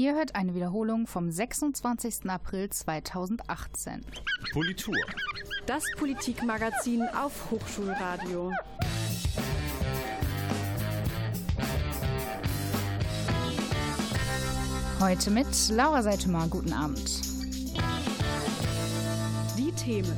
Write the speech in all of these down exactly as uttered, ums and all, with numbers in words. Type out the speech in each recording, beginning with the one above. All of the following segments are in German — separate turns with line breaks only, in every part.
Ihr hört eine Wiederholung vom sechsundzwanzigsten April zweitausendachtzehn.
Politur.
Das Politikmagazin auf Hochschulradio.
Heute mit Laura Seitema. Guten Abend.
Die Themen.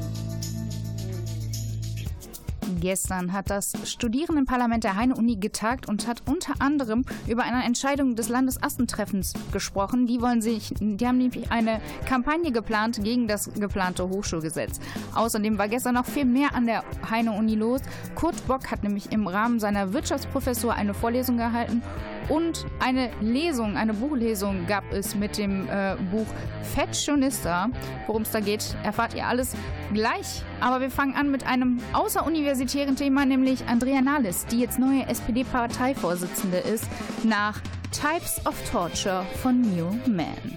Gestern hat das Studierendenparlament der Heine-Uni getagt und hat unter anderem über eine Entscheidung des Landesassentreffens gesprochen. Die wollen sich, die haben nämlich eine Kampagne geplant gegen das geplante Hochschulgesetz. Außerdem war gestern noch viel mehr an der Heine-Uni los. Kurt Bock hat nämlich im Rahmen seiner Wirtschaftsprofessur eine Vorlesung gehalten und eine Lesung, eine Buchlesung gab es mit dem äh, Buch Fashionista. Worum es da geht, erfahrt ihr alles gleich. Aber wir fangen an mit einem außeruniversitären Thema, nämlich Andrea Nahles, die jetzt neue S P D-Parteivorsitzende ist, nach Types of Torture von New Man.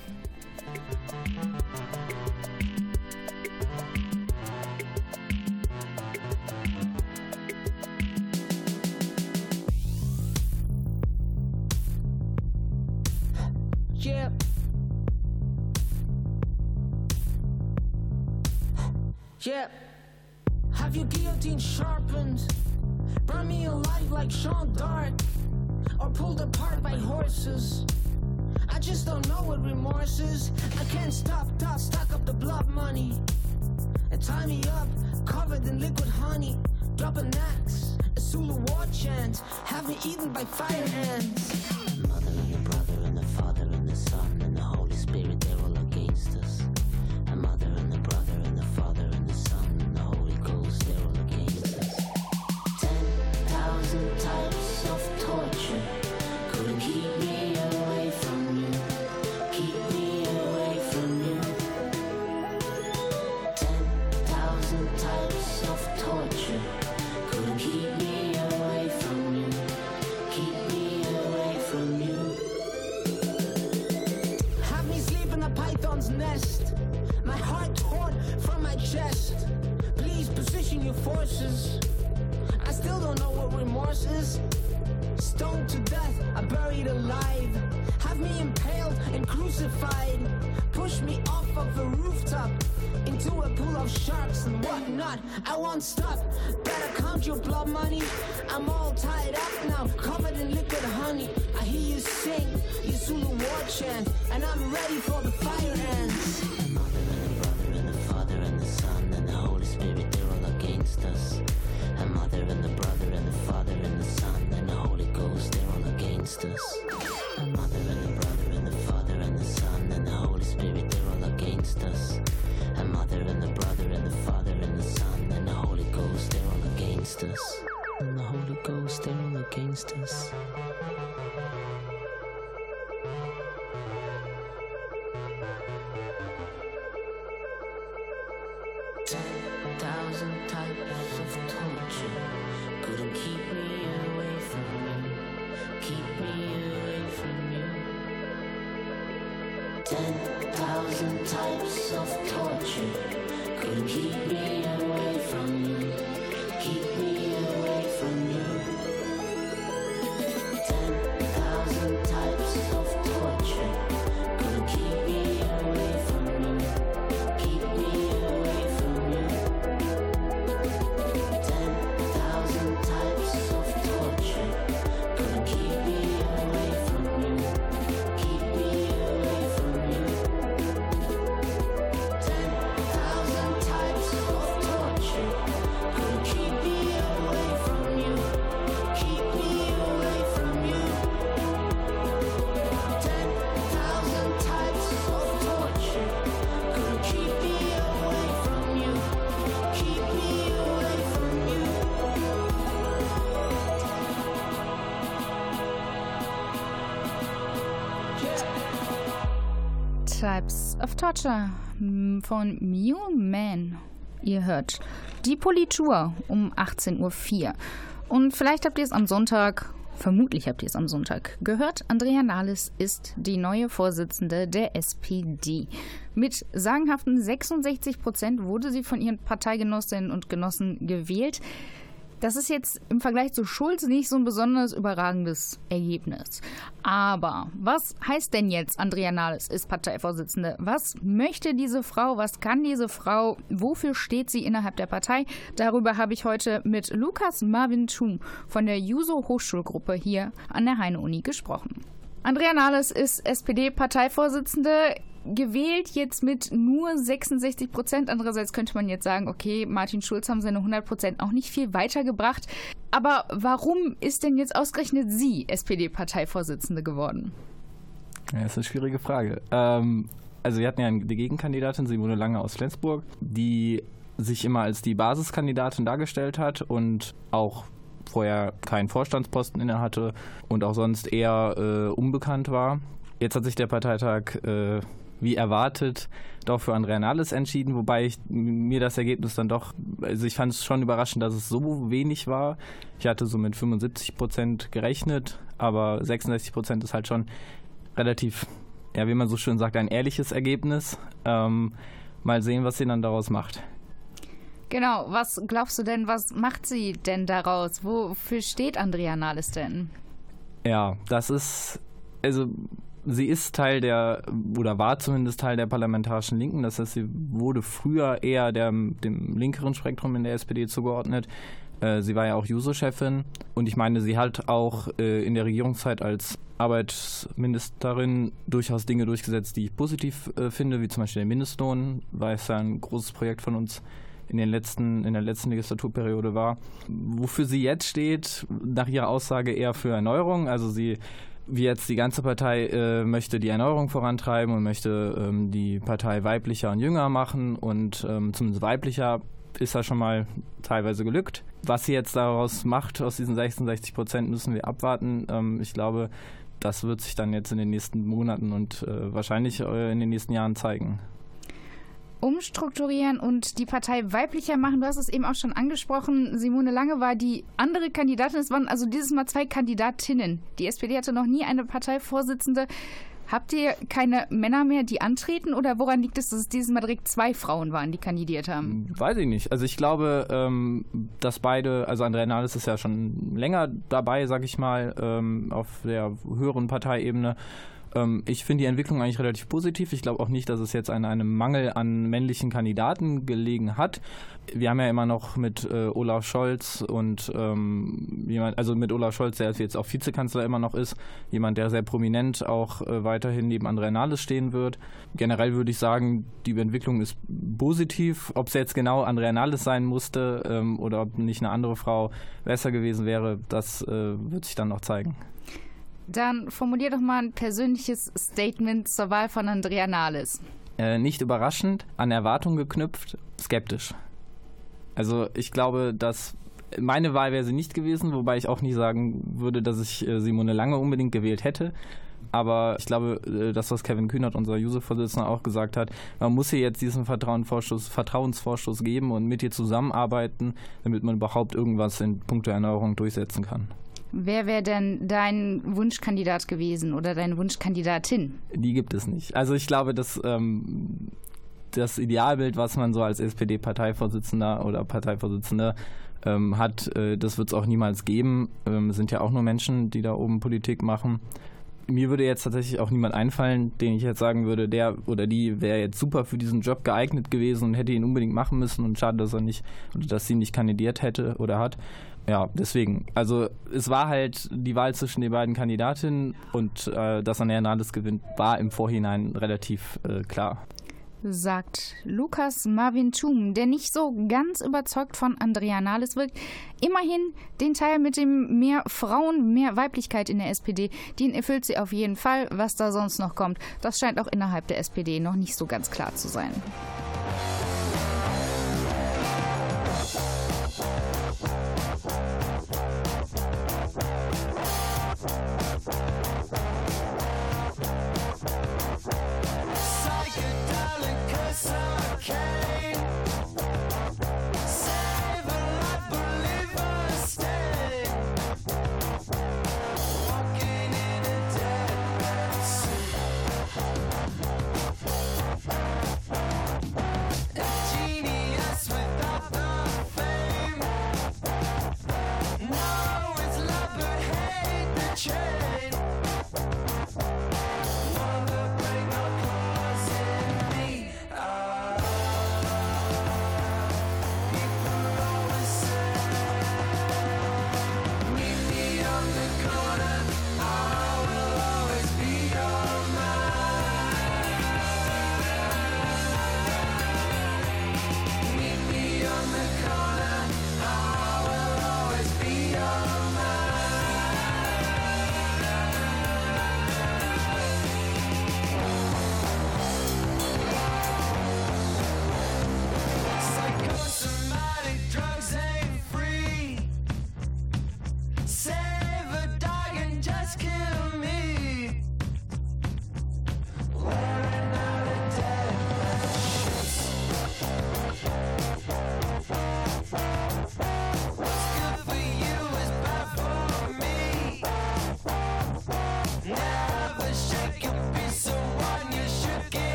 Yeah. Yeah. Have your guillotine sharpened? Burn me alive like Jean d'Arc, or pulled apart by horses. I just don't know what remorse is. I can't stop, stop, stack up the blood money and tie me up, covered in liquid honey. Drop an axe, a Zulu war chant. Have me eaten by fire ants.
The mother and the brother and the father and the son and the Holy Spirit, they're all against us. A mother and the brother and the father and the son and the Holy Ghost, they're all against us. Ten thousand types of torture couldn't keep me away from you, keep me away from you. Ten thousand types of torture couldn't keep me away from you, keep me away from you.
Have me sleep in a python's nest, my heart torn from my chest. Please position your forces. I still don't know what remorse is. Stoned to death, I buried alive. Have me impaled and crucified. Push me off of a rooftop into a pool of sharks and whatnot. I won't stop. Better count your blood money. I'm all tied up now, covered in liquid honey. I hear you sing your Zulu war chant, and I'm ready for the fire ants.
The mother and the brother and the father and the son and the Holy Spirit, they're all against us. A mother and the brother and the father and the son and the Holy Ghost, they're all against us. A mother and the brother and the father and the son and the Holy Spirit, they're all against us. A mother and the brother and the father and the son and the Holy Ghost, they're all against us. And the Holy Ghost, they're all against us. Ten thousand types of torture couldn't keep me away from you, keep me away from you. Ten thousand types of torture couldn't keep me away from you, keep me away from you. Ten thousand types of torture couldn't keep me away from you, keep me away from you. Ten thousand types of torture couldn't keep me away from you, keep me away from you. Ten thousand types of torture couldn't keep me away from you, keep me away from you. Ten thousand types of torture couldn't keep me away from you, keep me away from you.
Types of Torture von New Man. Ihr hört die Politur um achtzehn Uhr vier. Und vielleicht habt ihr es am Sonntag, vermutlich habt ihr es am Sonntag gehört, Andrea Nahles ist die neue Vorsitzende der S P D. Mit sagenhaften sechsundsechzig Prozent wurde sie von ihren Parteigenossinnen und Genossen gewählt. Das ist jetzt im Vergleich zu Schulz nicht so ein besonders überragendes Ergebnis. Aber was heißt denn jetzt, Andrea Nahles ist Parteivorsitzende? Was möchte diese Frau? Was kann diese Frau? Wofür steht sie innerhalb der Partei? Darüber habe ich heute mit Lukas Marvin Thum von der Juso Hochschulgruppe hier an der Heine-Uni gesprochen. Andrea Nahles ist S P D-Parteivorsitzende, gewählt jetzt mit nur sechsundsechzig Prozent. Andererseits könnte man jetzt sagen, okay, Martin Schulz haben seine hundert Prozent auch nicht viel weitergebracht. Aber warum ist denn jetzt ausgerechnet sie S P D-Parteivorsitzende geworden?
Ja, das ist eine schwierige Frage. Ähm, also wir hatten ja die Gegenkandidatin, Simone Lange aus Flensburg, die sich immer als die Basiskandidatin dargestellt hat und auch vorher keinen Vorstandsposten innehatte und auch sonst eher äh, unbekannt war. Jetzt hat sich der Parteitag äh, wie erwartet doch für Andrea Nahles entschieden, wobei ich mir das Ergebnis dann doch, also ich fand es schon überraschend, dass es so wenig war. Ich hatte so mit fünfundsiebzig Prozent gerechnet, aber sechsundsechzig Prozent ist halt schon relativ, ja, wie man so schön sagt, ein ehrliches Ergebnis. Ähm, mal sehen, was sie dann daraus macht.
Genau, was glaubst du denn, was macht sie denn daraus? Wofür steht Andrea Nahles denn?
Ja, das ist, also sie ist Teil der, oder war zumindest Teil der parlamentarischen Linken. Das heißt, sie wurde früher eher der, dem linkeren Spektrum in der S P D zugeordnet. Äh, sie war ja auch Juso-Chefin und ich meine, sie hat auch äh, in der Regierungszeit als Arbeitsministerin durchaus Dinge durchgesetzt, die ich positiv äh, finde, wie zum Beispiel der Mindestlohn, weil es ja ein großes Projekt von uns in den letzten, in der letzten Legislaturperiode war. Wofür sie jetzt steht, nach ihrer Aussage eher für Erneuerung. Also sie, wie jetzt die ganze Partei, äh, möchte die Erneuerung vorantreiben und möchte ähm, die Partei weiblicher und jünger machen und ähm, zumindest weiblicher ist da schon mal teilweise gelückt. Was sie jetzt daraus macht, aus diesen sechsundsechzig Prozent, müssen wir abwarten. Ähm, ich glaube, das wird sich dann jetzt in den nächsten Monaten und äh, wahrscheinlich äh, in den nächsten Jahren zeigen.
Umstrukturieren und die Partei weiblicher machen. Du hast es eben auch schon angesprochen. Simone Lange war die andere Kandidatin. Es waren also dieses Mal zwei Kandidatinnen. Die S P D hatte noch nie eine Parteivorsitzende. Habt ihr keine Männer mehr, die antreten? Oder woran liegt es, dass es dieses Mal direkt zwei Frauen waren, die kandidiert haben?
Weiß ich nicht. Also ich glaube, ähm, dass beide, also Andrea Nahles ist ja schon länger dabei, sag ich mal, ähm, auf der höheren Parteiebene. Ich finde die Entwicklung eigentlich relativ positiv. Ich glaube auch nicht, dass es jetzt an einem Mangel an männlichen Kandidaten gelegen hat. Wir haben ja immer noch mit äh, Olaf Scholz und ähm, jemand, also mit Olaf Scholz, der jetzt auch Vizekanzler immer noch ist, jemand, der sehr prominent auch äh, weiterhin neben Andrea Nahles stehen wird. Generell würde ich sagen, die Entwicklung ist positiv. Ob es jetzt genau Andrea Nahles sein musste ähm, oder ob nicht eine andere Frau besser gewesen wäre, das äh, wird sich dann noch zeigen.
Dann formulier doch mal ein persönliches Statement zur Wahl von Andrea Nahles.
Äh, nicht überraschend, an Erwartungen geknüpft, skeptisch. Also ich glaube, dass meine Wahl wäre sie nicht gewesen, wobei ich auch nicht sagen würde, dass ich äh, Simone Lange unbedingt gewählt hätte. Aber ich glaube, äh, das, was Kevin Kühnert, unser Juso-Vorsitzender, auch gesagt hat, man muss ihr jetzt diesen Vertrauensvorschuss, Vertrauensvorschuss geben und mit ihr zusammenarbeiten, damit man überhaupt irgendwas in puncto Erneuerung durchsetzen kann.
Wer wäre denn dein Wunschkandidat gewesen oder deine Wunschkandidatin?
Die gibt es nicht. Also ich glaube, dass ähm, das Idealbild, was man so als S P D-Parteivorsitzender oder Parteivorsitzende ähm, hat, äh, das wird es auch niemals geben. Ähm, es sind ja auch nur Menschen, die da oben Politik machen. Mir würde jetzt tatsächlich auch niemand einfallen, den ich jetzt sagen würde, der oder die wäre jetzt super für diesen Job geeignet gewesen und hätte ihn unbedingt machen müssen und schade, dass er nicht oder dass sie nicht kandidiert hätte oder hat. Ja, deswegen. Also es war halt die Wahl zwischen den beiden Kandidatinnen und äh, dass Andrea Nahles gewinnt, war im Vorhinein relativ äh, klar.
Sagt Lukas Marvin Thum, der nicht so ganz überzeugt von Andrea Nahles wirkt. Immerhin den Teil mit dem mehr Frauen, mehr Weiblichkeit in der S P D, den erfüllt sie auf jeden Fall. Was da sonst noch kommt, das scheint auch innerhalb der S P D noch nicht so ganz klar zu sein.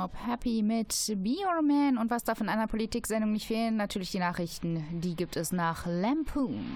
Mob Happy mit Be Your Man. Und was darf in einer Politik-Sendung nicht fehlen? Natürlich die Nachrichten. Die gibt es nach Lampoon.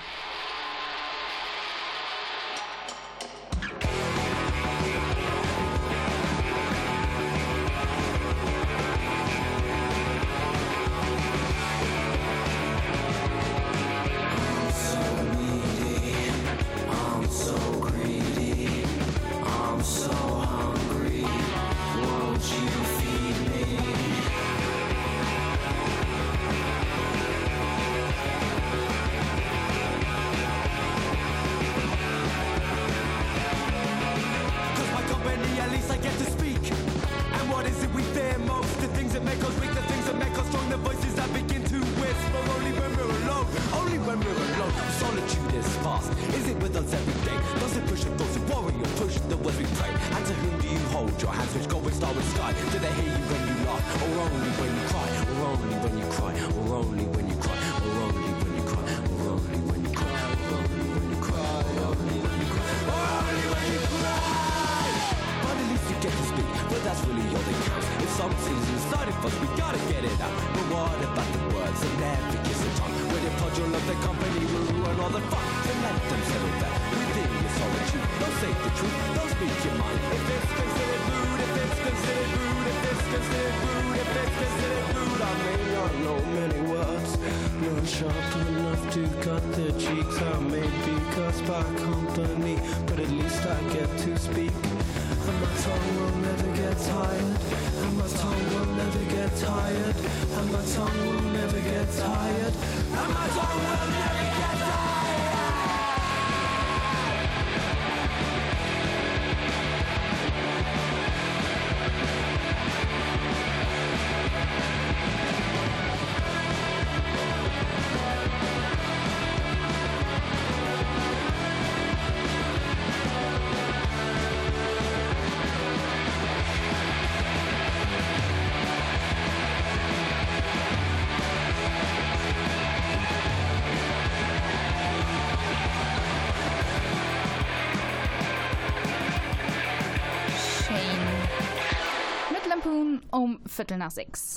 Um Viertel nach sechs.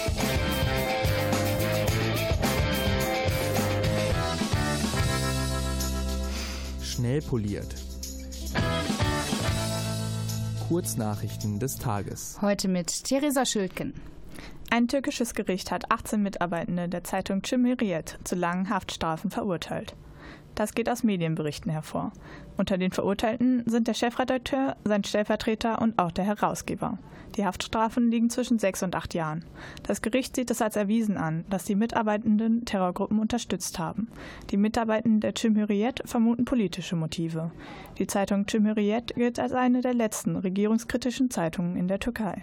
Schnell poliert. Kurznachrichten des Tages.
Heute mit Theresa Schildken.
Ein türkisches Gericht hat achtzehn Mitarbeitende der Zeitung Cumhuriyet zu langen Haftstrafen verurteilt. Das geht aus Medienberichten hervor. Unter den Verurteilten sind der Chefredakteur, sein Stellvertreter und auch der Herausgeber. Die Haftstrafen liegen zwischen sechs und acht Jahren. Das Gericht sieht es als erwiesen an, dass die Mitarbeitenden Terrorgruppen unterstützt haben. Die Mitarbeitenden der Cumhuriyet vermuten politische Motive. Die Zeitung Cumhuriyet gilt als eine der letzten regierungskritischen Zeitungen in der Türkei.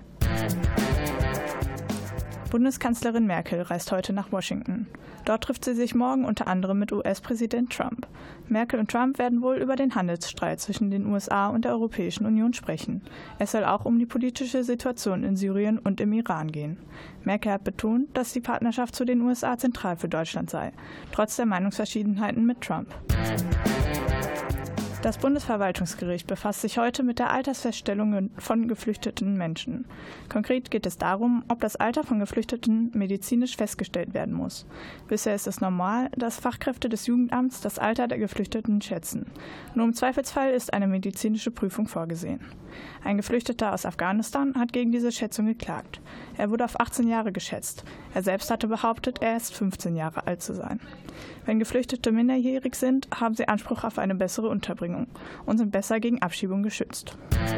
Bundeskanzlerin Merkel reist heute nach Washington. Dort trifft sie sich morgen unter anderem mit U S-Präsident Trump. Merkel und Trump werden wohl über den Handelsstreit zwischen den U S A und der Europäischen Union sprechen. Es soll auch um die politische Situation in Syrien und im Iran gehen. Merkel hat betont, dass die Partnerschaft zu den U S A zentral für Deutschland sei, trotz der Meinungsverschiedenheiten mit Trump. Das Bundesverwaltungsgericht befasst sich heute mit der Altersfeststellung von geflüchteten Menschen. Konkret geht es darum, ob das Alter von Geflüchteten medizinisch festgestellt werden muss. Bisher ist es normal, dass Fachkräfte des Jugendamts das Alter der Geflüchteten schätzen. Nur im Zweifelsfall ist eine medizinische Prüfung vorgesehen. Ein Geflüchteter aus Afghanistan hat gegen diese Schätzung geklagt. Er wurde auf achtzehn Jahre geschätzt. Er selbst hatte behauptet, er ist fünfzehn Jahre alt zu sein. Wenn Geflüchtete minderjährig sind, haben sie Anspruch auf eine bessere Unterbringung und sind besser gegen Abschiebung geschützt.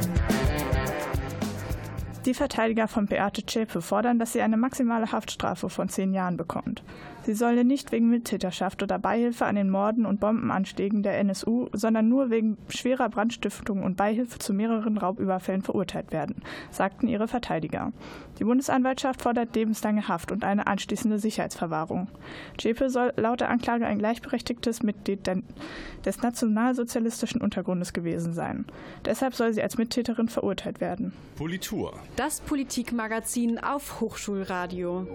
Die Verteidiger von Beate Zschäpe fordern, dass sie eine maximale Haftstrafe von zehn Jahren bekommt. Sie solle nicht wegen Mittäterschaft oder Beihilfe an den Morden und Bombenanschlägen der N S U, sondern nur wegen schwerer Brandstiftung und Beihilfe zu mehreren Raubüberfällen verurteilt werden, sagten ihre Verteidiger. Die Bundesanwaltschaft fordert lebenslange Haft und eine anschließende Sicherheitsverwahrung. Zschäpe soll laut der Anklage ein gleichberechtigtes Mitglied des nationalsozialistischen Untergrundes gewesen sein. Deshalb soll sie als Mittäterin verurteilt werden.
Politur.
Das Politikmagazin auf Hochschulradio.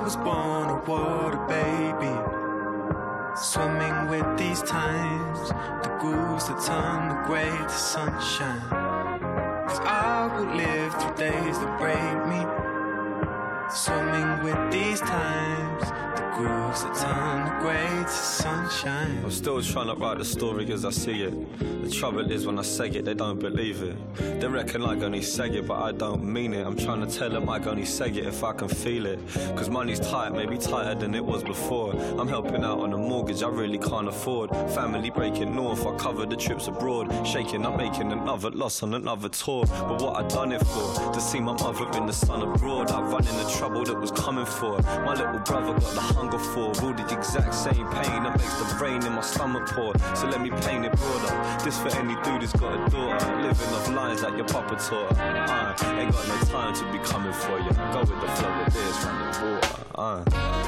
was born a water baby, swimming with these times, the grooves that turn the grey to sunshine. Cause I will live through days that break me, swimming with these times, the grooves that turn the grey to sunshine.
I'm still trying to write the story as I see it. The trouble is when I say it, they don't believe it. They reckon I only say it, but I don't mean it. I'm trying to tell them I only say it if I can feel it. Cause money's tight, maybe tighter than it was before. I'm helping out on a mortgage I really can't afford. Family breaking north, I cover the trips abroad. Shaking, I'm making another loss on another tour. But what I done it for? To see my mother in the sun abroad. I run in the trouble that was coming for. My little brother got the hunger for all the exact same pain that makes the brain in my stomach pour. So let me paint it broader. This for any dude who's got a daughter, living off lines like your papa taught her. Uh, ain't got no time to be coming for you. Go with the flow with this, run the water. Uh.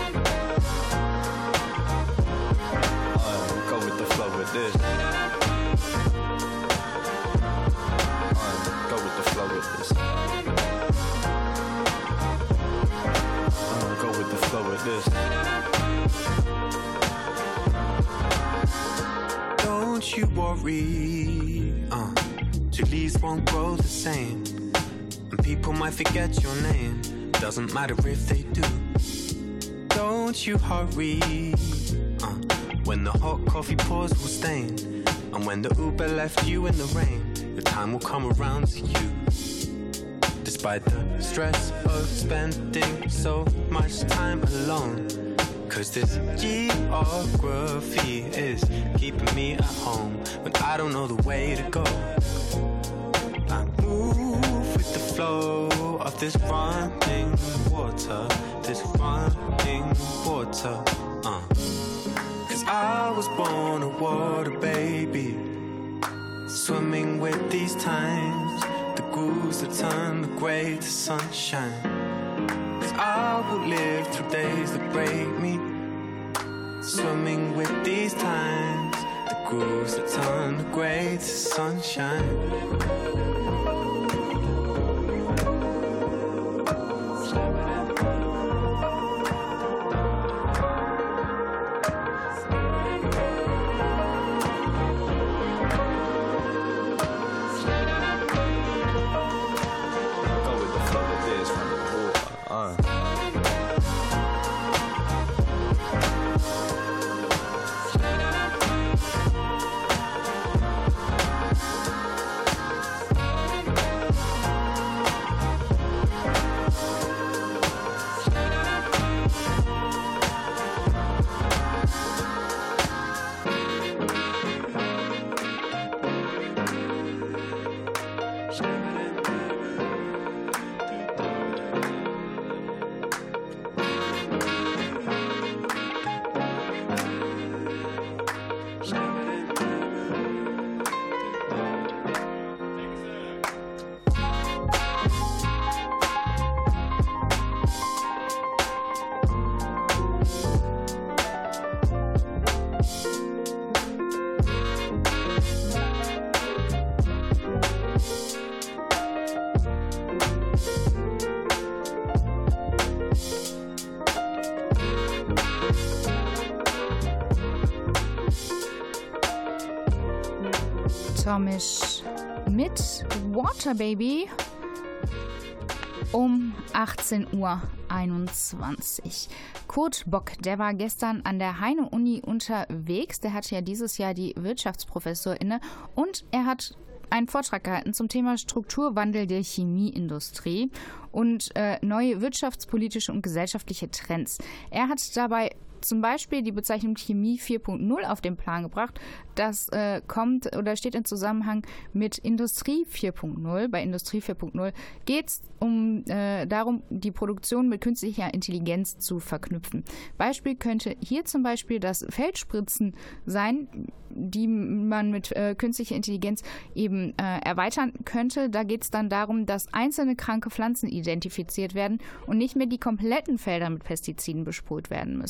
Uh, go with the flow with this. Uh, go with the flow with this. Uh, go with the flow with this.
Don't you worry, uh, your leaves won't grow the same, and people might forget your name. Doesn't matter if they do. Don't you hurry, uh, when the hot coffee pours will stain, and when the Uber left you in the rain, your time will come around to you. Despite the stress of spending so much time alone, cause this geography is keeping me at home when I don't know the way to go. I move with the flow of this running water, this running water. Uh. Cause I was born a water baby, swimming with these times, the grooves that turn the grey to sunshine. I will live through days that break me, swimming with these times, the grooves that turn the grey to sunshine.
Tomisch mit Water Baby um achtzehn Uhr einundzwanzig. Kurt Bock, der war gestern an der Heine-Uni unterwegs. Der hatte ja dieses Jahr die Wirtschaftsprofessur inne und er hat einen Vortrag gehalten zum Thema Strukturwandel der Chemieindustrie und äh, neue wirtschaftspolitische und gesellschaftliche Trends. Er hat dabei zum Beispiel die Bezeichnung Chemie vier Punkt null auf den Plan gebracht. Das äh, kommt oder steht in Zusammenhang mit Industrie vier Punkt null. Bei Industrie vier Punkt null geht es um, äh, darum, die Produktion mit künstlicher Intelligenz zu verknüpfen. Beispiel könnte hier zum Beispiel das Feldspritzen sein, die man mit äh, künstlicher Intelligenz eben äh, erweitern könnte. Da geht es dann darum, dass einzelne kranke Pflanzen identifiziert werden und nicht mehr die kompletten Felder mit Pestiziden besprüht werden müssen.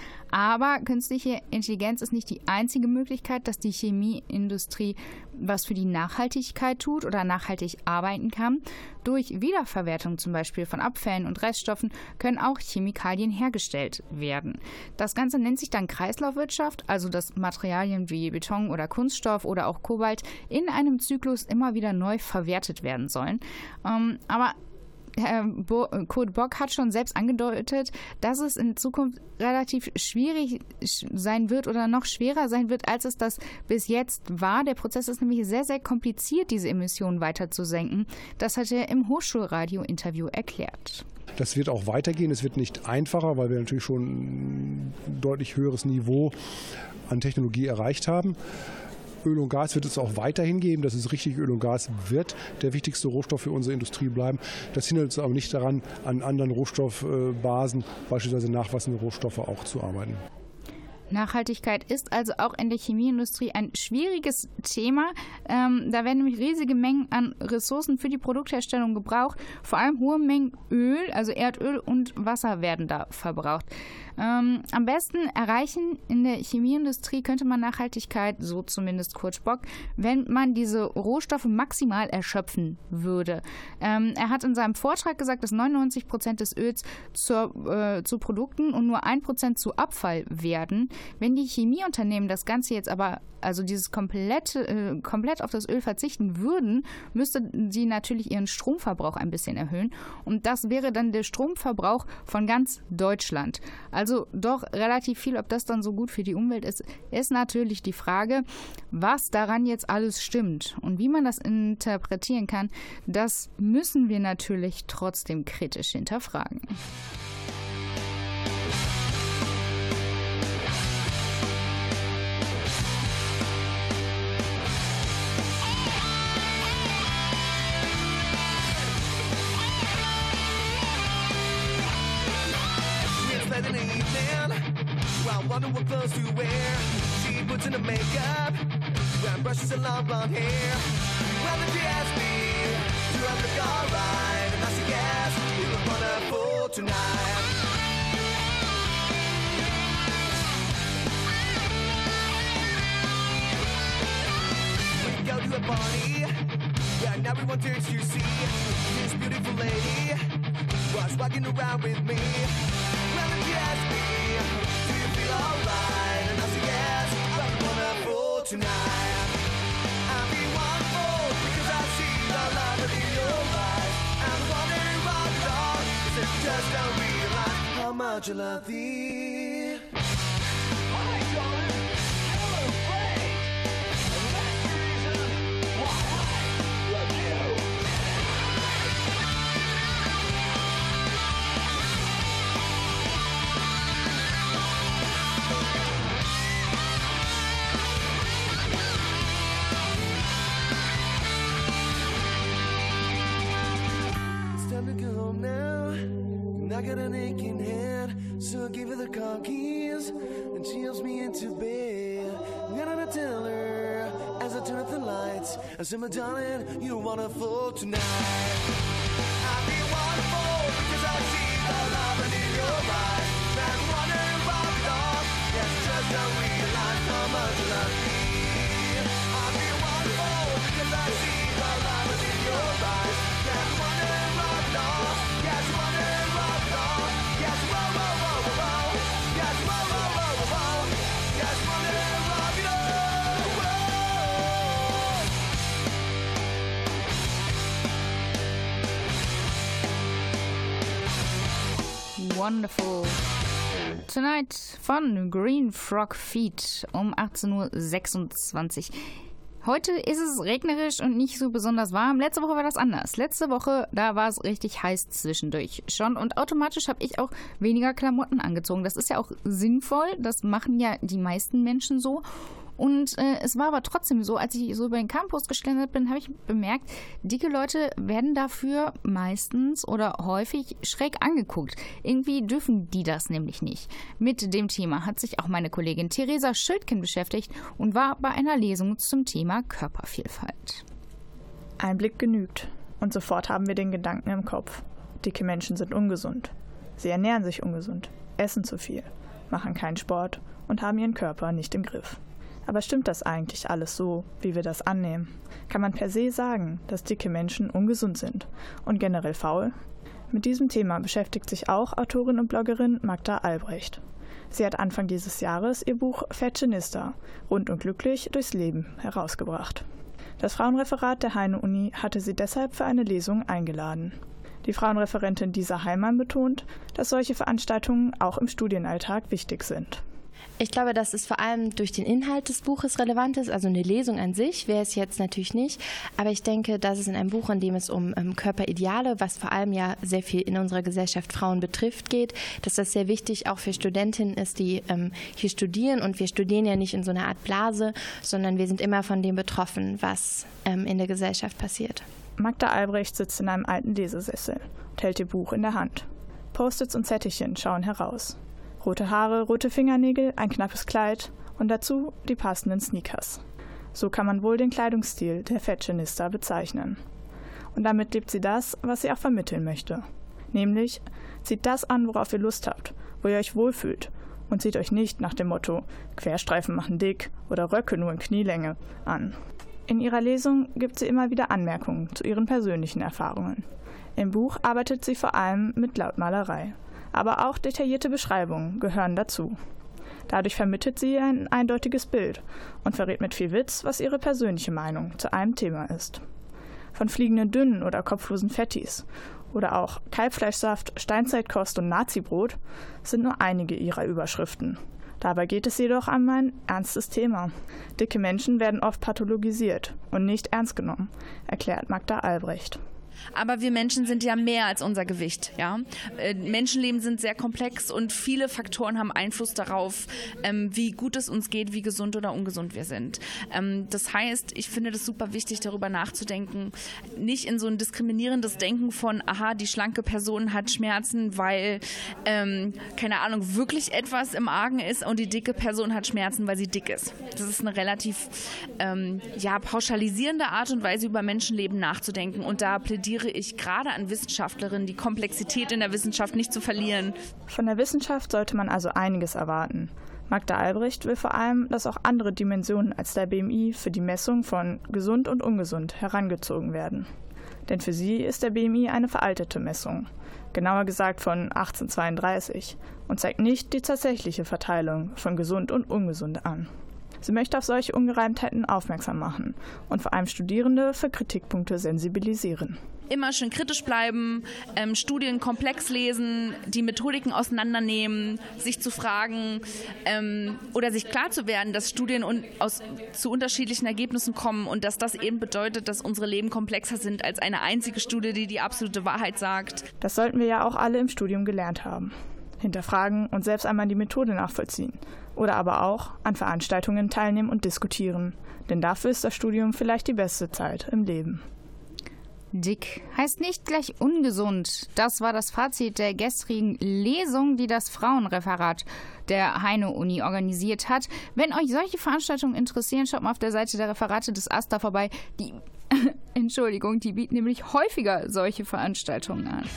Aber künstliche Intelligenz ist nicht die einzige Möglichkeit, dass die Chemieindustrie was für die Nachhaltigkeit tut oder nachhaltig arbeiten kann. Durch Wiederverwertung zum Beispiel von Abfällen und Reststoffen können auch Chemikalien hergestellt werden. Das Ganze nennt sich dann Kreislaufwirtschaft, also dass Materialien wie Beton oder Kunststoff oder auch Kobalt in einem Zyklus immer wieder neu verwertet werden sollen. Ähm, aber Herr Bo- Kurt Bock hat schon selbst angedeutet, dass es in Zukunft relativ schwierig sein wird oder noch schwerer sein wird, als es das bis jetzt war. Der Prozess ist nämlich sehr, sehr kompliziert, diese Emissionen weiter zu senken. Das hat er im Hochschulradio-Interview erklärt.
Das wird auch weitergehen. Es wird nicht einfacher, weil wir natürlich schon ein deutlich höheres Niveau an Technologie erreicht haben. Öl und Gas wird es auch weiterhin geben. Das ist richtig, Öl und Gas wird der wichtigste Rohstoff für unsere Industrie bleiben. Das hindert uns aber nicht daran, an anderen Rohstoffbasen, beispielsweise nachwachsende Rohstoffe, auch zu arbeiten.
Nachhaltigkeit ist also auch in der Chemieindustrie ein schwieriges Thema. Ähm, da werden nämlich riesige Mengen an Ressourcen für die Produktherstellung gebraucht. Vor allem hohe Mengen Öl, also Erdöl und Wasser werden da verbraucht. Ähm, am besten erreichen in der Chemieindustrie könnte man Nachhaltigkeit, so zumindest Kurt Bock, wenn man diese Rohstoffe maximal erschöpfen würde. Ähm, er hat in seinem Vortrag gesagt, dass neunundneunzig Prozent des Öls zur, äh, zu Produkten und nur ein Prozent zu Abfall werden. Wenn die Chemieunternehmen das Ganze jetzt aber, also dieses komplette, äh, komplett auf das Öl verzichten würden, müssten sie natürlich ihren Stromverbrauch ein bisschen erhöhen. Und das wäre dann der Stromverbrauch von ganz Deutschland. Also doch relativ viel. Ob das dann so gut für die Umwelt ist, ist natürlich die Frage, was daran jetzt alles stimmt. Und wie man das interpretieren kann, das müssen wir natürlich trotzdem kritisch hinterfragen.
In the evening, while wondering what clothes to wear, she puts in her makeup and brushes her long blonde hair. Well, then she asked me, do I look alright? And I said yes, you look wonderful tonight. We go to a party, and everyone turns to see this beautiful lady was walking around with me. Well, then she asked me, do you feel alright? And I said yes, I'm wonderful tonight. I'm being wonderful because I see the love in your eyes. I'm wondering what it all is, that you just don't realize how much I love thee. Hi, John. Hello, Frank. And that's the reason why I love you. I got an aching head, so I gave her the car keys, and she helps me into bed. Then I tell her, as I turn up the lights, I said, my darling, you're wonderful tonight. I feel wonderful because I see the love in your eyes. And wondering about it all, yes, just don't realize how much I love me. I feel wonderful because I see the love in your eyes. And wondering about it all, yes, wondering.
Wonderful Tonight von Green Frog Feet um achtzehn Uhr sechsundzwanzig. Heute ist es regnerisch und nicht so besonders warm. Letzte Woche war das anders. Letzte Woche, da war es richtig heiß zwischendurch schon. Und automatisch habe ich auch weniger Klamotten angezogen. Das ist ja auch sinnvoll. Das machen ja die meisten Menschen so. Und äh, es war aber trotzdem so, als ich so über den Campus geschlendert bin, habe ich bemerkt, dicke Leute werden dafür meistens oder häufig schräg angeguckt. Irgendwie dürfen die das nämlich nicht. Mit dem Thema hat sich auch meine Kollegin Theresa Schildkin beschäftigt und war bei einer Lesung zum Thema Körpervielfalt.
Ein Blick genügt und sofort haben wir den Gedanken im Kopf. Dicke Menschen sind ungesund. Sie ernähren sich ungesund, essen zu viel. machen keinen Sport und haben ihren Körper nicht im Griff. Aber stimmt das eigentlich alles so, wie wir das annehmen? Kann man per se sagen, dass dicke Menschen ungesund sind und generell faul? Mit diesem Thema beschäftigt sich auch Autorin und Bloggerin Magda Albrecht. Sie hat Anfang dieses Jahres ihr Buch Fashionista – Rund und glücklich durchs Leben herausgebracht. Das Frauenreferat der Heine-Uni hatte sie deshalb für eine Lesung eingeladen. Die Frauenreferentin Disa Heimann betont, dass solche Veranstaltungen auch im Studienalltag wichtig sind.
Ich glaube, dass es vor allem durch den Inhalt des Buches relevant ist. Also eine Lesung an sich wäre es jetzt natürlich nicht. Aber ich denke, dass es in einem Buch, in dem es um ähm, Körperideale, was vor allem ja sehr viel in unserer Gesellschaft Frauen betrifft, geht, dass das sehr wichtig auch für Studentinnen ist, die ähm, hier studieren. Und wir studieren ja nicht in so einer Art Blase, sondern wir sind immer von dem betroffen, was ähm, in der Gesellschaft passiert.
Magda Albrecht sitzt in einem alten Lesesessel und hält ihr Buch in der Hand. Post-its und Zettelchen schauen heraus. Rote Haare, rote Fingernägel, ein knappes Kleid und dazu die passenden Sneakers. So kann man wohl den Kleidungsstil der Fashionista bezeichnen. Und damit lebt sie das, was sie auch vermitteln möchte. Nämlich, zieht das an, worauf ihr Lust habt, wo ihr euch wohlfühlt und zieht euch nicht nach dem Motto Querstreifen machen dick oder Röcke nur in Knielänge an. In ihrer Lesung gibt sie immer wieder Anmerkungen zu ihren persönlichen Erfahrungen. Im Buch arbeitet sie vor allem mit Lautmalerei. Aber auch detaillierte Beschreibungen gehören dazu. Dadurch vermittelt sie ein eindeutiges Bild und verrät mit viel Witz, was ihre persönliche Meinung zu einem Thema ist. Von fliegenden Dünnen oder kopflosen Fettis oder auch Kalbfleischsaft, Steinzeitkost und Nazibrot sind nur einige ihrer Überschriften. Dabei geht es jedoch um ein ernstes Thema. Dicke Menschen werden oft pathologisiert und nicht ernst genommen, erklärt Magda Albrecht.
Aber wir Menschen sind ja mehr als unser Gewicht. Ja? Äh, Menschenleben sind sehr komplex und viele Faktoren haben Einfluss darauf, ähm, wie gut es uns geht, wie gesund oder ungesund wir sind. Ähm, das heißt, ich finde das super wichtig, darüber nachzudenken, nicht in so ein diskriminierendes Denken von, aha, die schlanke Person hat Schmerzen, weil, ähm, keine Ahnung, wirklich etwas im Argen ist und die dicke Person hat Schmerzen, weil sie dick ist. Das ist eine relativ ähm, ja, pauschalisierende Art und Weise, über Menschenleben nachzudenken, und da plädiere ich gerade an Wissenschaftlerinnen, die Komplexität in der Wissenschaft nicht zu verlieren.
Von der Wissenschaft sollte man also einiges erwarten. Magda Albrecht will vor allem, dass auch andere Dimensionen als der B M I für die Messung von gesund und ungesund herangezogen werden. Denn für sie ist der B M I eine veraltete Messung, genauer gesagt von achtzehnhundertzweiunddreißig, und zeigt nicht die tatsächliche Verteilung von gesund und ungesund an. Sie möchte auf solche Ungereimtheiten aufmerksam machen und vor allem Studierende für Kritikpunkte sensibilisieren.
Immer schön kritisch bleiben, ähm, Studien komplex lesen, die Methodiken auseinandernehmen, sich zu fragen ähm, oder sich klar zu werden, dass Studien un- aus, zu unterschiedlichen Ergebnissen kommen und dass das eben bedeutet, dass unsere Leben komplexer sind als eine einzige Studie, die die absolute Wahrheit sagt.
Das sollten wir ja auch alle im Studium gelernt haben. Hinterfragen und selbst einmal die Methode nachvollziehen. Oder aber auch an Veranstaltungen teilnehmen und diskutieren. Denn dafür ist das Studium vielleicht die beste Zeit im Leben.
Dick heißt nicht gleich ungesund. Das war das Fazit der gestrigen Lesung, die das Frauenreferat der Heine-Uni organisiert hat. Wenn euch solche Veranstaltungen interessieren, schaut mal auf der Seite der Referate des AStA vorbei. Die, Entschuldigung, die bieten nämlich häufiger solche Veranstaltungen an.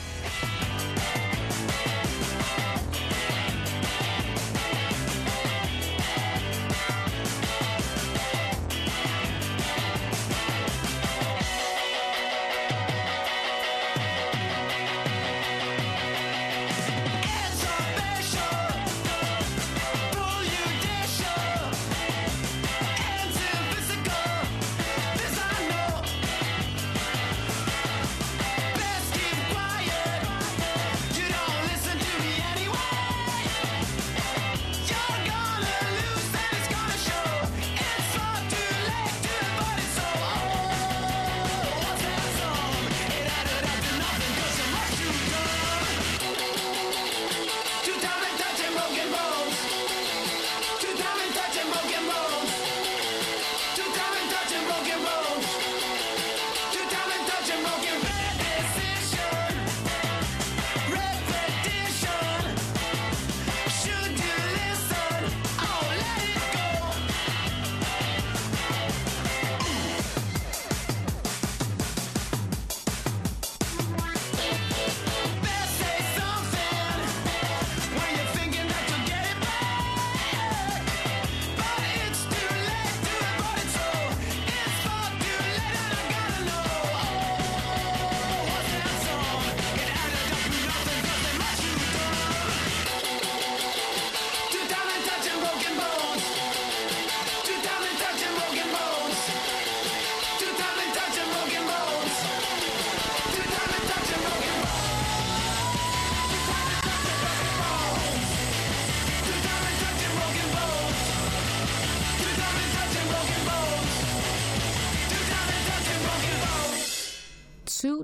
Best keep quiet.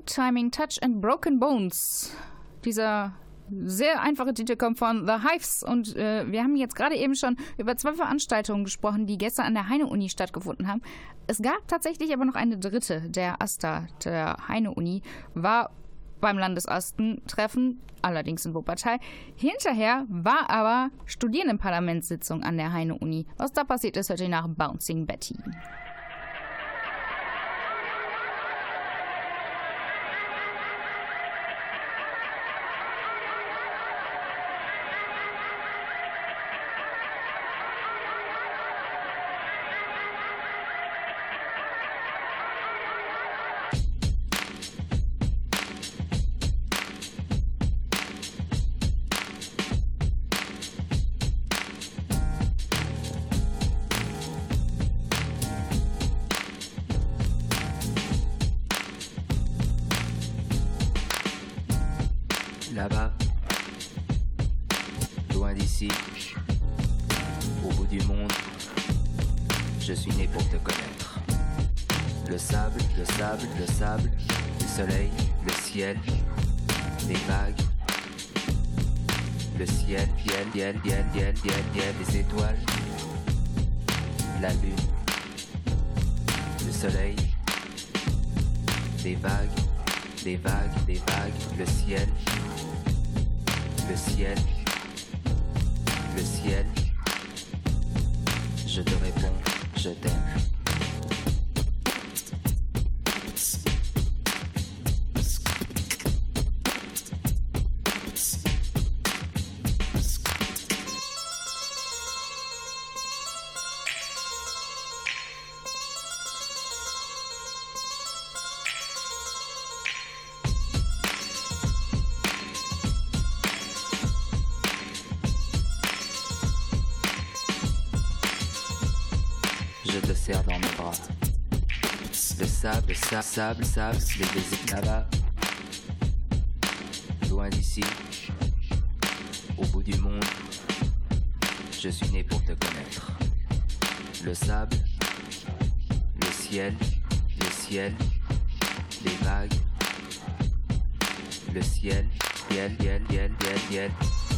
Good Timing, Touch and Broken Bones. Dieser sehr einfache Titel kommt von The Hives und äh, wir haben jetzt gerade eben schon über zwei Veranstaltungen gesprochen, die gestern an der Heine-Uni stattgefunden haben. Es gab tatsächlich aber noch eine dritte. Der AStA der Heine-Uni war beim Landesastentreffen, allerdings in Wuppertal. Hinterher war aber Studierendenparlamentssitzung an der Heine-Uni. Was da passiert ist, hört ihr nach Bouncing Betty.
Là-bas, loin d'ici, au bout du monde, je suis né pour te connaître. Le sable, le sable, le sable, le soleil, le ciel, les vagues, le ciel, ciel, ciel, ciel, ciel, ciel, ciel, les étoiles, la lune, le soleil, les vagues, les vagues, les vagues, le ciel. Le ciel, le ciel, je te réponds, je t'aime. Je te serre dans mes bras. Le sable, sable, sable, sable, les désirs là-bas. Loin d'ici, au bout du monde, je suis né pour te connaître. Le sable, le ciel, le ciel, les vagues, le ciel, ciel, ciel, ciel, ciel, ciel.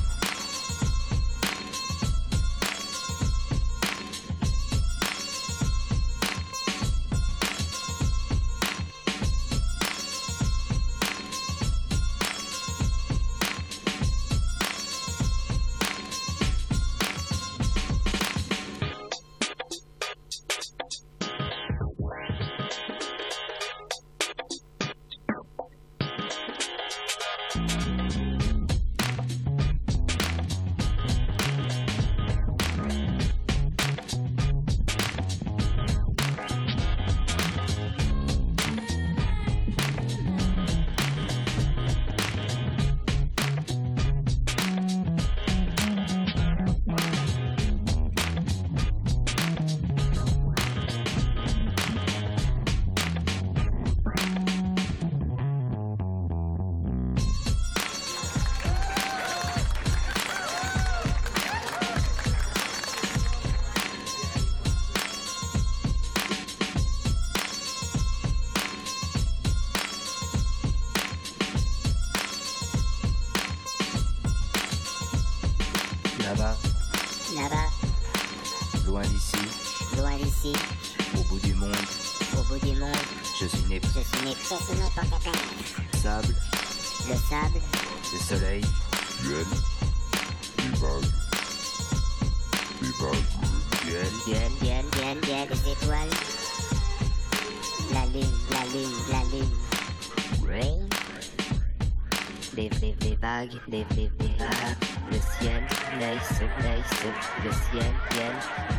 Là-bas,
là-bas,
loin d'ici,
loin d'ici,
au bout du monde,
au bout du monde,
je suis né,
je suis né, je suis né pour te connaître.
Sable,
le sable,
le soleil,
ciel, les vagues, les vagues,
ciel,
ciel, ciel, ciel, ciel, les étoiles, la lune, la lune, la lune, rain, les, les, les vagues, les, les, les vagues, le ciel, laisse, laisse, le ciel, ciel,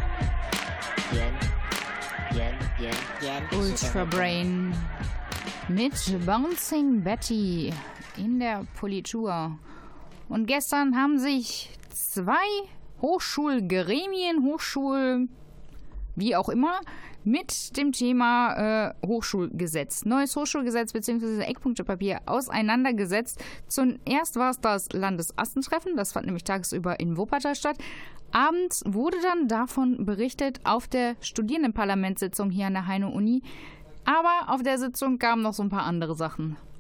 ciel, ciel, ciel, ciel.
Ultra Brain mit Bouncing Betty in der Politur. Und gestern haben sich zwei Hochschulgremien, Hochschul, wie auch immer, mit dem Thema äh, Hochschulgesetz, neues Hochschulgesetz bzw. Eckpunktepapier auseinandergesetzt. Zuerst war es das Landesastentreffen, das fand nämlich tagsüber in Wuppertal statt. Abends wurde dann davon berichtet auf der Studierendenparlamentssitzung hier an der Heine-Uni. Aber auf der Sitzung kamen noch so ein paar andere Sachen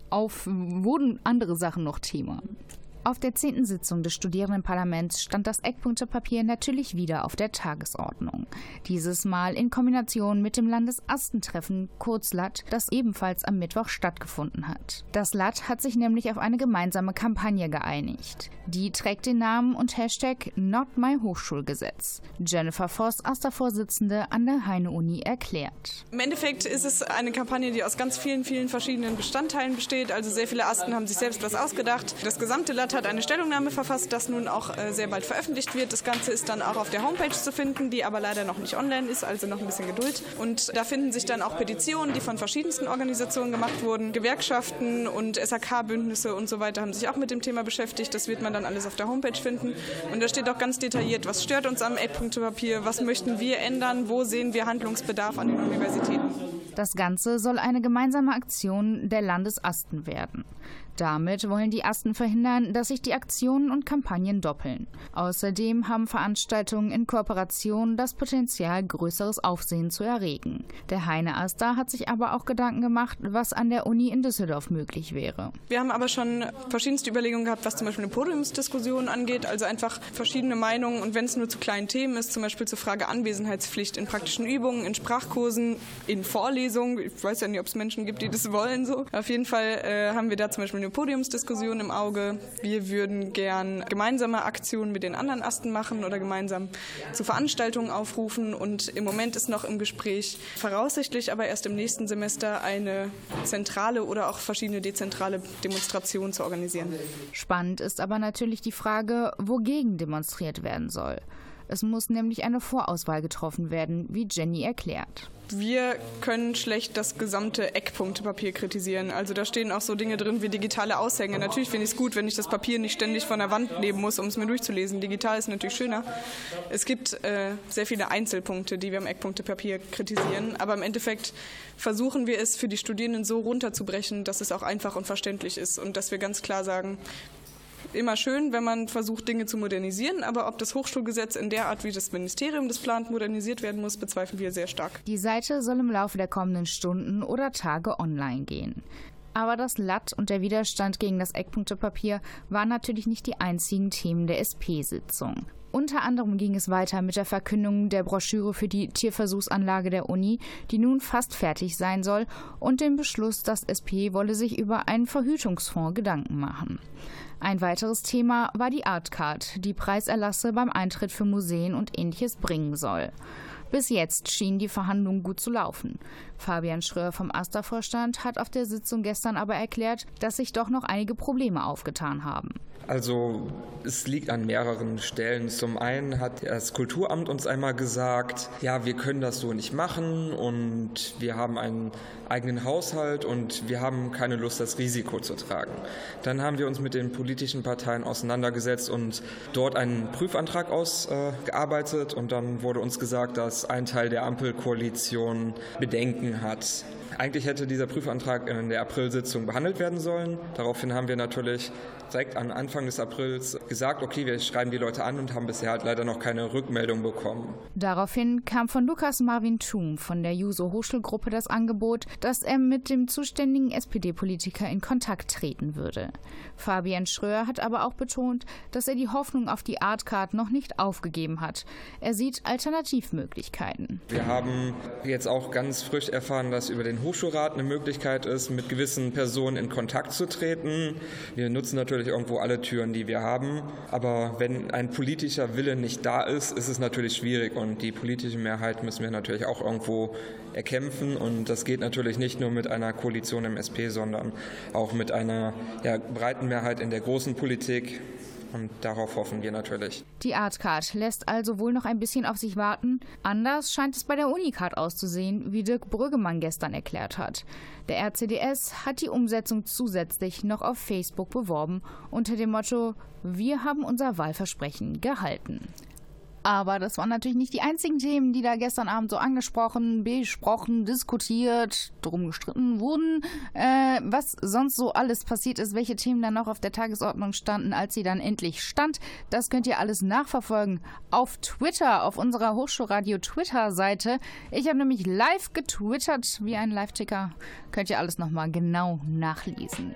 auf wurden andere Sachen noch Thema. Auf der zehnten Sitzung des Studierendenparlaments stand das Eckpunktepapier natürlich wieder auf der Tagesordnung. Dieses Mal in Kombination mit dem Landesastentreffen, kurz L A T, das ebenfalls am Mittwoch stattgefunden hat. Das L A T hat sich nämlich auf eine gemeinsame Kampagne geeinigt. Die trägt den Namen und Hashtag Not My Hochschulgesetz. Jennifer Voss, Asta-Vorsitzende an der Heine-Uni, erklärt.
Im Endeffekt ist es eine Kampagne, die aus ganz vielen, vielen verschiedenen Bestandteilen besteht. Also sehr viele Asten haben sich selbst was ausgedacht. Das gesamte L A T hat eine Stellungnahme verfasst, das nun auch äh, sehr bald veröffentlicht wird. Das Ganze ist dann auch auf der Homepage zu finden, die aber leider noch nicht online ist, also noch ein bisschen Geduld. Und da finden sich dann auch Petitionen, die von verschiedensten Organisationen gemacht wurden. Gewerkschaften und S A K-Bündnisse und so weiter haben sich auch mit dem Thema beschäftigt. Das wird man dann alles auf der Homepage finden. Und da steht auch ganz detailliert, was stört uns am Eckpunktepapier, was möchten wir ändern, wo sehen wir Handlungsbedarf an den Universitäten.
Das Ganze soll eine gemeinsame Aktion der Landesasten werden. Damit wollen die Asten verhindern, dass sich die Aktionen und Kampagnen doppeln. Außerdem haben Veranstaltungen in Kooperation das Potenzial, größeres Aufsehen zu erregen. Der Heine-Asta hat sich aber auch Gedanken gemacht, was an der Uni in Düsseldorf möglich wäre.
Wir haben aber schon verschiedenste Überlegungen gehabt, was zum Beispiel eine Podiumsdiskussion angeht, also einfach verschiedene Meinungen und wenn es nur zu kleinen Themen ist, zum Beispiel zur Frage Anwesenheitspflicht in praktischen Übungen, in Sprachkursen, in Vorlesungen. Ich weiß ja nicht, ob es Menschen gibt, die das wollen. So. Auf jeden Fall äh, haben wir da zum Beispiel eine Podiumsdiskussion im Auge. Wir würden gern gemeinsame Aktionen mit den anderen Asten machen oder gemeinsam zu Veranstaltungen aufrufen. Und im Moment ist noch im Gespräch, voraussichtlich aber erst im nächsten Semester, eine zentrale oder auch verschiedene dezentrale Demonstrationen zu organisieren.
Spannend ist aber natürlich die Frage, wogegen demonstriert werden soll. Es muss nämlich eine Vorauswahl getroffen werden, wie Jenny erklärt.
Wir können schlecht das gesamte Eckpunktepapier kritisieren. Also da stehen auch so Dinge drin wie digitale Aushänge. Natürlich finde ich es gut, wenn ich das Papier nicht ständig von der Wand nehmen muss, um es mir durchzulesen. Digital ist natürlich schöner. Es gibt äh, sehr viele Einzelpunkte, die wir am Eckpunktepapier kritisieren. Aber im Endeffekt versuchen wir es für die Studierenden so runterzubrechen, dass es auch einfach und verständlich ist und dass wir ganz klar sagen, immer schön, wenn man versucht, Dinge zu modernisieren, aber ob das Hochschulgesetz in der Art, wie das Ministerium das plant, modernisiert werden muss, bezweifeln wir sehr stark.
Die Seite soll im Laufe der kommenden Stunden oder Tage online gehen. Aber das L A T und der Widerstand gegen das Eckpunktepapier waren natürlich nicht die einzigen Themen der S P-Sitzung. Unter anderem ging es weiter mit der Verkündung der Broschüre für die Tierversuchsanlage der Uni, die nun fast fertig sein soll, und dem Beschluss, das S P wolle sich über einen Verhütungsfonds Gedanken machen. Ein weiteres Thema war die Artcard, die Preiserlasse beim Eintritt für Museen und Ähnliches bringen soll. Bis jetzt schienen die Verhandlungen gut zu laufen. Fabian Schröer vom Asta-Vorstand hat auf der Sitzung gestern aber erklärt, dass sich doch noch einige Probleme aufgetan haben.
Also es liegt an mehreren Stellen. Zum einen hat das Kulturamt uns einmal gesagt, ja, wir können das so nicht machen und wir haben einen eigenen Haushalt und wir haben keine Lust, das Risiko zu tragen. Dann haben wir uns mit den politischen Parteien auseinandergesetzt und dort einen Prüfantrag ausgearbeitet und dann wurde uns gesagt, dass ein Teil der Ampelkoalition Bedenken hat. Eigentlich hätte dieser Prüfantrag in der Aprilsitzung behandelt werden sollen. Daraufhin haben wir natürlich direkt am Anfang des Aprils gesagt, okay, wir schreiben die Leute an und haben bisher halt leider noch keine Rückmeldung bekommen.
Daraufhin kam von Lukas Marvin Thum von der Juso Hochschulgruppe das Angebot, dass er mit dem zuständigen S P D-Politiker in Kontakt treten würde. Fabian Schröer hat aber auch betont, dass er die Hoffnung auf die Artcard noch nicht aufgegeben hat. Er sieht Alternativmöglichkeiten.
Wir haben jetzt auch ganz frisch erfahren, dass über den Hochschulrat eine Möglichkeit ist, mit gewissen Personen in Kontakt zu treten. Wir nutzen natürlich irgendwo alle Türen, die wir haben. Aber wenn ein politischer Wille nicht da ist, ist es natürlich schwierig. Und die politische Mehrheit müssen wir natürlich auch irgendwo erkämpfen. Und das geht natürlich nicht nur mit einer Koalition im S P, sondern auch mit einer ja, breiten Mehrheit in der großen Politik. Und darauf hoffen wir natürlich.
Die Artcard lässt also wohl noch ein bisschen auf sich warten. Anders scheint es bei der Unicard auszusehen, wie Dirk Brüggemann gestern erklärt hat. Der R C D S hat die Umsetzung zusätzlich noch auf Facebook beworben, unter dem Motto: Wir haben unser Wahlversprechen gehalten. Aber das waren natürlich nicht die einzigen Themen, die da gestern Abend so angesprochen, besprochen, diskutiert, drum gestritten wurden. Äh, was sonst so alles passiert ist, welche Themen dann noch auf der Tagesordnung standen, als sie dann endlich stand, das könnt ihr alles nachverfolgen auf Twitter, auf unserer Hochschulradio-Twitter-Seite. Ich habe nämlich live getwittert, wie ein Live-Ticker. Könnt ihr alles nochmal genau nachlesen.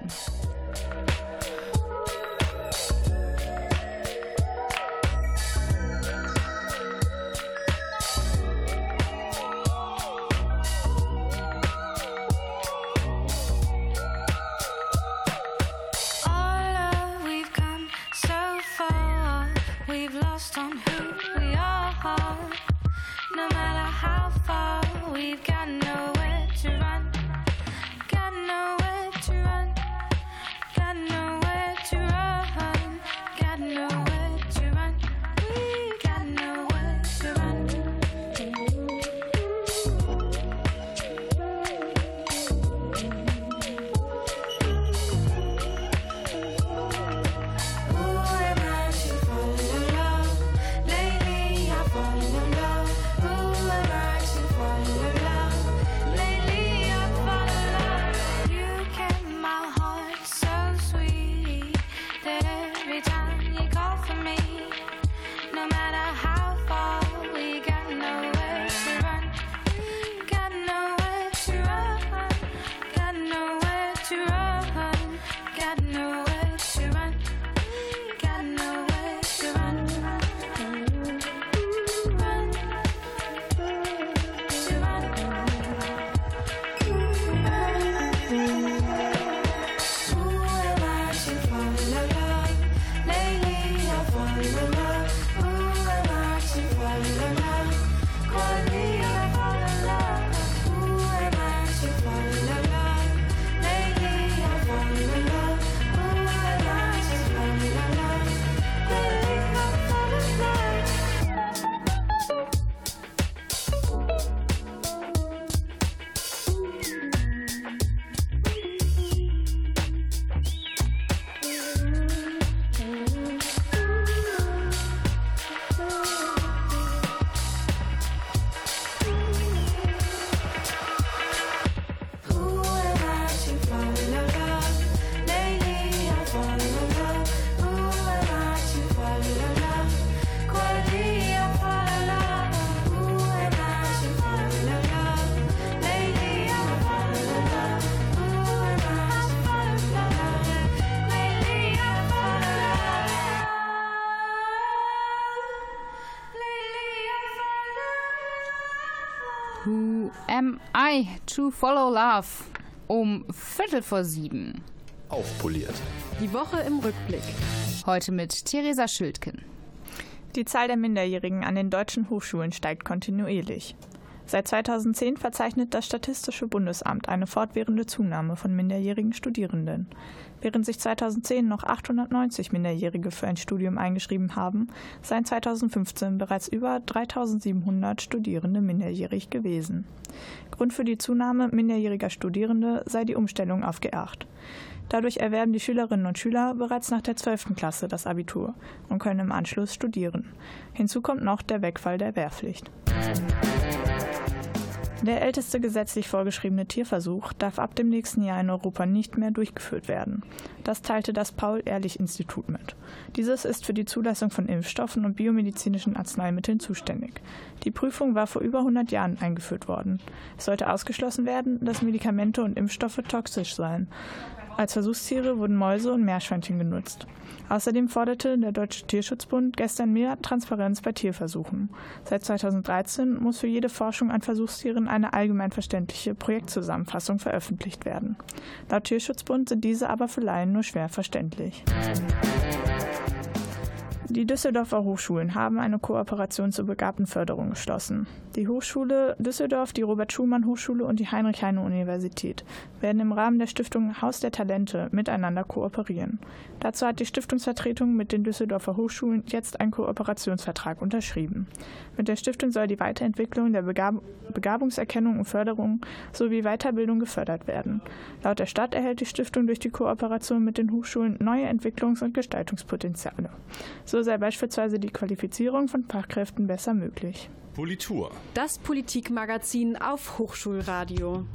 Lost on who we are. No matter how far, we've got nowhere to run. Got nowhere to run. Got nowhere to run. Got nowhere to run. We got nowhere to run. Who am I to follow? Lately I follow love. Who am I to follow love? Lately I follow love. You kept my heart so sweet that every time you call for me, no matter how far, we got nowhere to run. Got nowhere to run. Got nowhere to run. Got nowhere to run. Got nowhere to run. Run. To run. Who am I to follow love? Lately I follow love. Who am I to follow love? Quietly I follow love. Who am I to follow love? Lately I follow love. Who am I to follow love? Lately I follow love. Who am I to follow love? Lately I follow love. Who am I to follow love? Quietly I follow love. Who am I to follow love? Lately I follow love. Who am I to follow love? Lately I follow love. Lately I follow.
Who am I to follow love? Um Viertel vor sieben.
Aufpoliert.
Die Woche im Rückblick.
Heute mit Theresa Schildken.
Die Zahl der Minderjährigen an den deutschen Hochschulen steigt kontinuierlich. Seit zweitausendzehn verzeichnet das Statistische Bundesamt eine fortwährende Zunahme von minderjährigen Studierenden. Während sich zweitausendzehn noch achthundertneunzig Minderjährige für ein Studium eingeschrieben haben, seien zweitausendfünfzehn bereits über dreitausendsiebenhundert Studierende minderjährig gewesen. Grund für die Zunahme minderjähriger Studierende sei die Umstellung auf G acht. Dadurch erwerben die Schülerinnen und Schüler bereits nach der zwölften Klasse das Abitur und können im Anschluss studieren. Hinzu kommt noch der Wegfall der Wehrpflicht. Der älteste gesetzlich vorgeschriebene Tierversuch darf ab dem nächsten Jahr in Europa nicht mehr durchgeführt werden. Das teilte das Paul-Ehrlich-Institut mit. Dieses ist für die Zulassung von Impfstoffen und biomedizinischen Arzneimitteln zuständig. Die Prüfung war vor über hundert Jahren eingeführt worden. Es sollte ausgeschlossen werden, dass Medikamente und Impfstoffe toxisch seien. Als Versuchstiere wurden Mäuse und Meerschweinchen genutzt. Außerdem forderte der Deutsche Tierschutzbund gestern mehr Transparenz bei Tierversuchen. Seit zweitausenddreizehn muss für jede Forschung an Versuchstieren eine allgemein verständliche Projektzusammenfassung veröffentlicht werden. Laut Tierschutzbund sind diese aber für Laien nur schwer verständlich. Die Düsseldorfer Hochschulen haben eine Kooperation zur Begabtenförderung geschlossen. Die Hochschule Düsseldorf, die Robert-Schumann-Hochschule und die Heinrich-Heine-Universität werden im Rahmen der Stiftung Haus der Talente miteinander kooperieren. Dazu hat die Stiftungsvertretung mit den Düsseldorfer Hochschulen jetzt einen Kooperationsvertrag unterschrieben. Mit der Stiftung soll die Weiterentwicklung der Begab- Begabungserkennung und Förderung sowie Weiterbildung gefördert werden. Laut der Stadt erhält die Stiftung durch die Kooperation mit den Hochschulen neue Entwicklungs- und Gestaltungspotenziale. So sei beispielsweise die Qualifizierung von Fachkräften besser möglich.
Politur.
Das Politikmagazin auf Hochschulradio.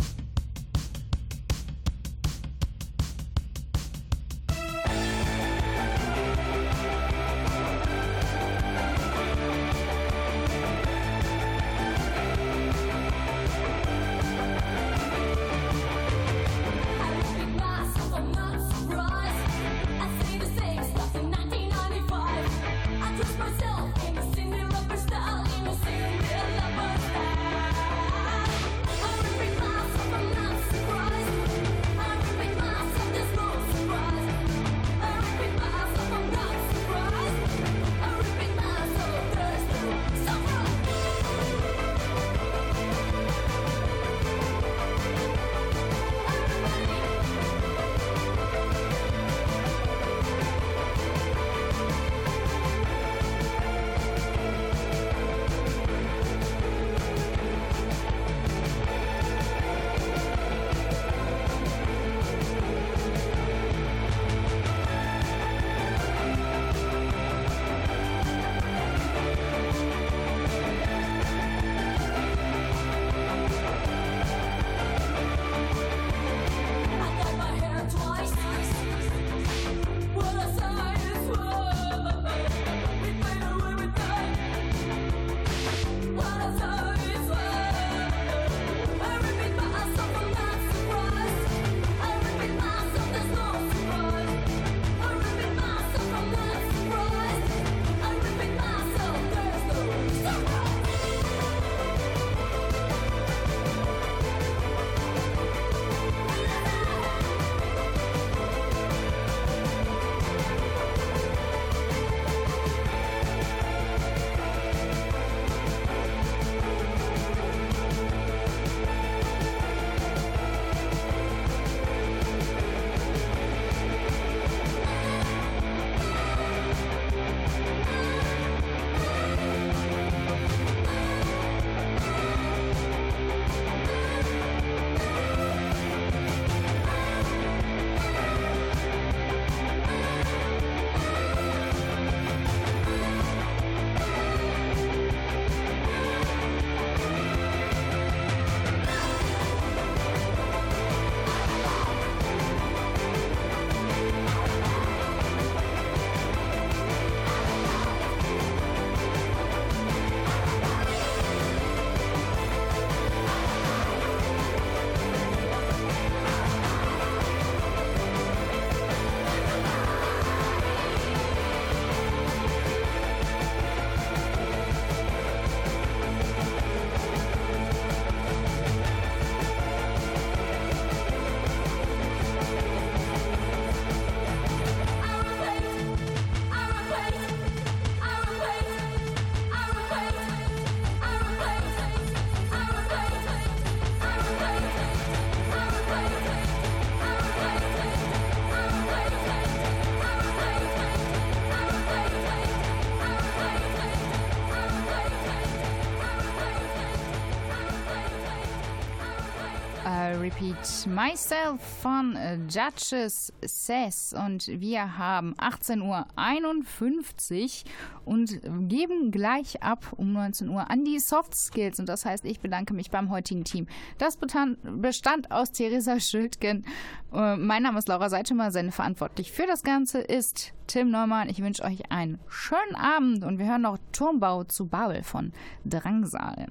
Repeat Myself von Judges Says und wir haben achtzehn Uhr einundfünfzig und geben gleich ab um neunzehn Uhr an die Soft Skills und das heißt, ich bedanke mich beim heutigen Team. Das bestand aus Theresa Schildgen. Mein Name ist Laura Seitschimmer, sendeverantwortlich für das Ganze ist Tim Neumann. Ich wünsche euch einen schönen Abend und wir hören noch Turmbau zu Babel von Drangsal.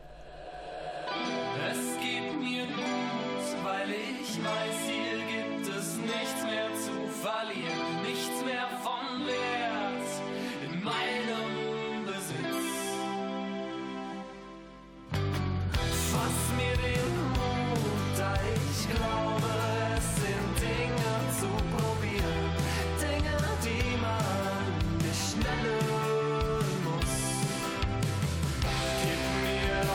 Es geht mir gut, weil ich weiß, hier gibt es nichts mehr zu verlieren, nichts mehr von Wert in meinem Besitz. Fass mir den Mut, da ich glaube, es sind Dinge zu probieren, Dinge, die man nicht schnell muss. Gib mir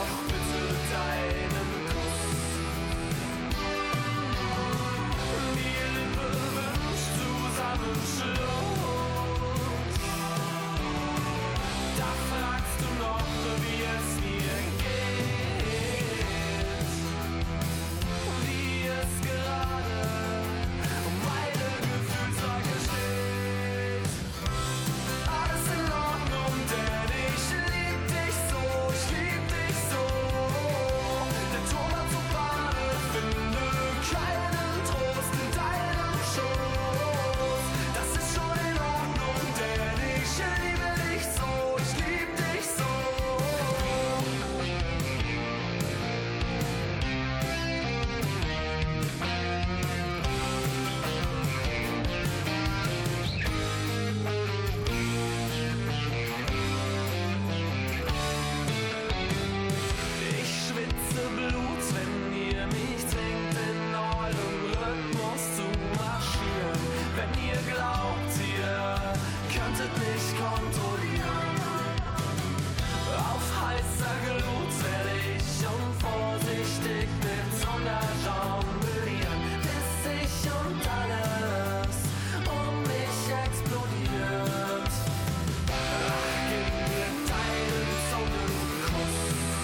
wird mich kontrollieren. Auf heißer Glut werde ich unvorsichtig mit Zunder jonglieren, bis ich und alles um mich explodiert. Ach, gib mir deinen Zungenkuss.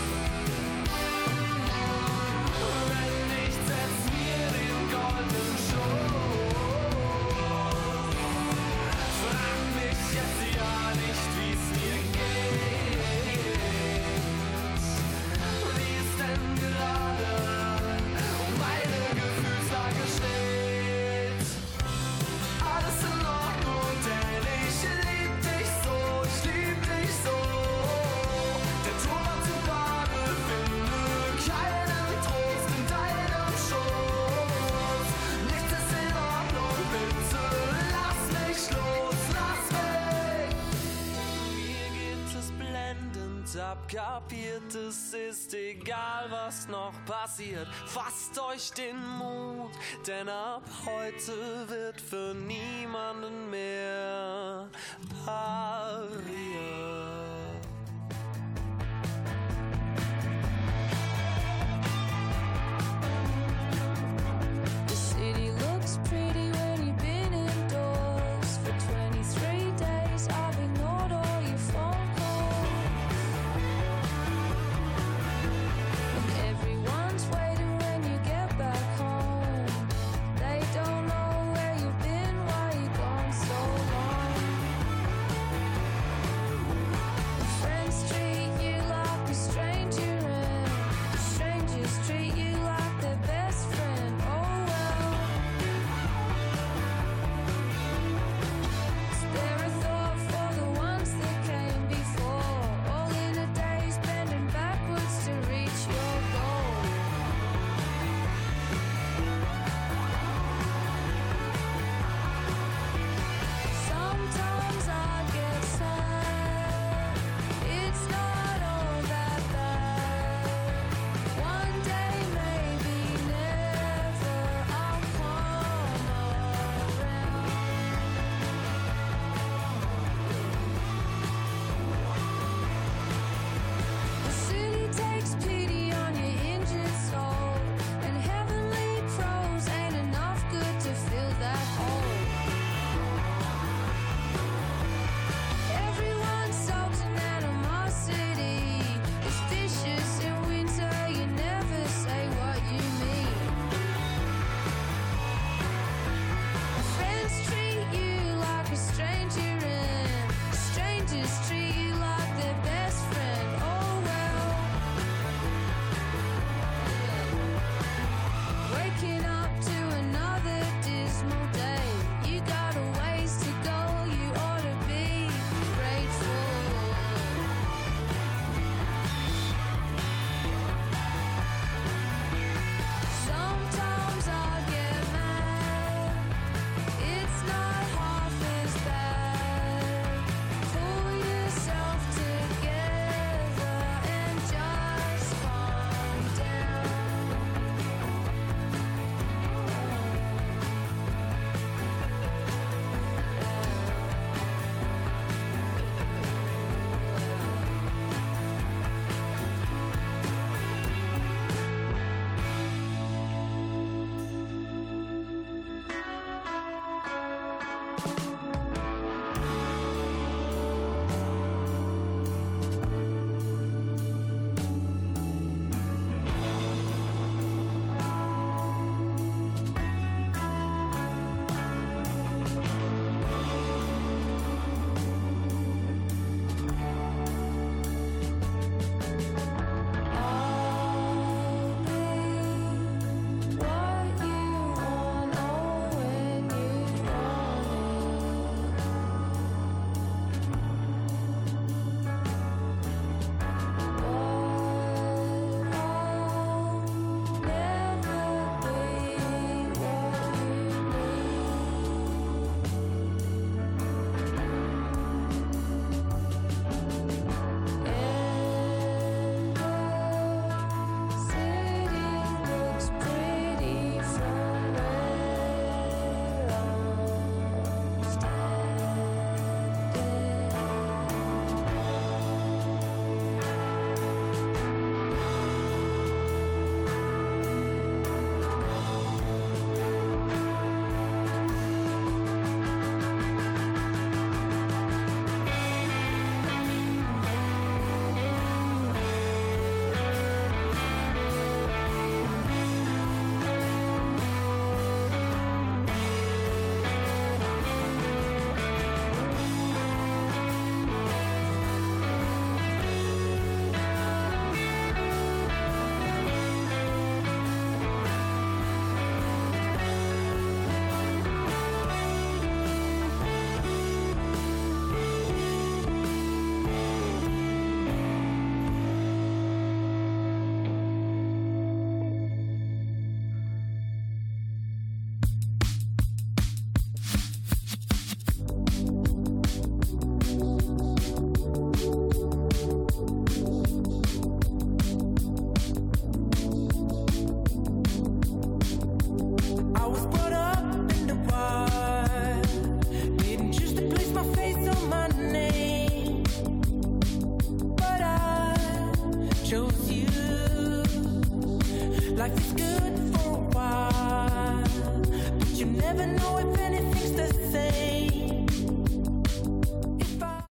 Wenn nicht, setz mir den goldenen Schuss. Frag mich jetzt ja nicht, wie's mir geht. Wie es denn gerade um meine Gefühlslage steht. Alles in Ordnung, denn ich lieb dich so, ich lieb dich so. Der Turm zu Bade, finde keinen Trost in deinem Schoß. Nichts ist in Ordnung, bitte lass mich los, lass mich. Mir geht es blendend ab, kapiert, es ist egal, was noch passiert. Fasst euch den Mut, denn ab heute wird für niemanden mehr passieren.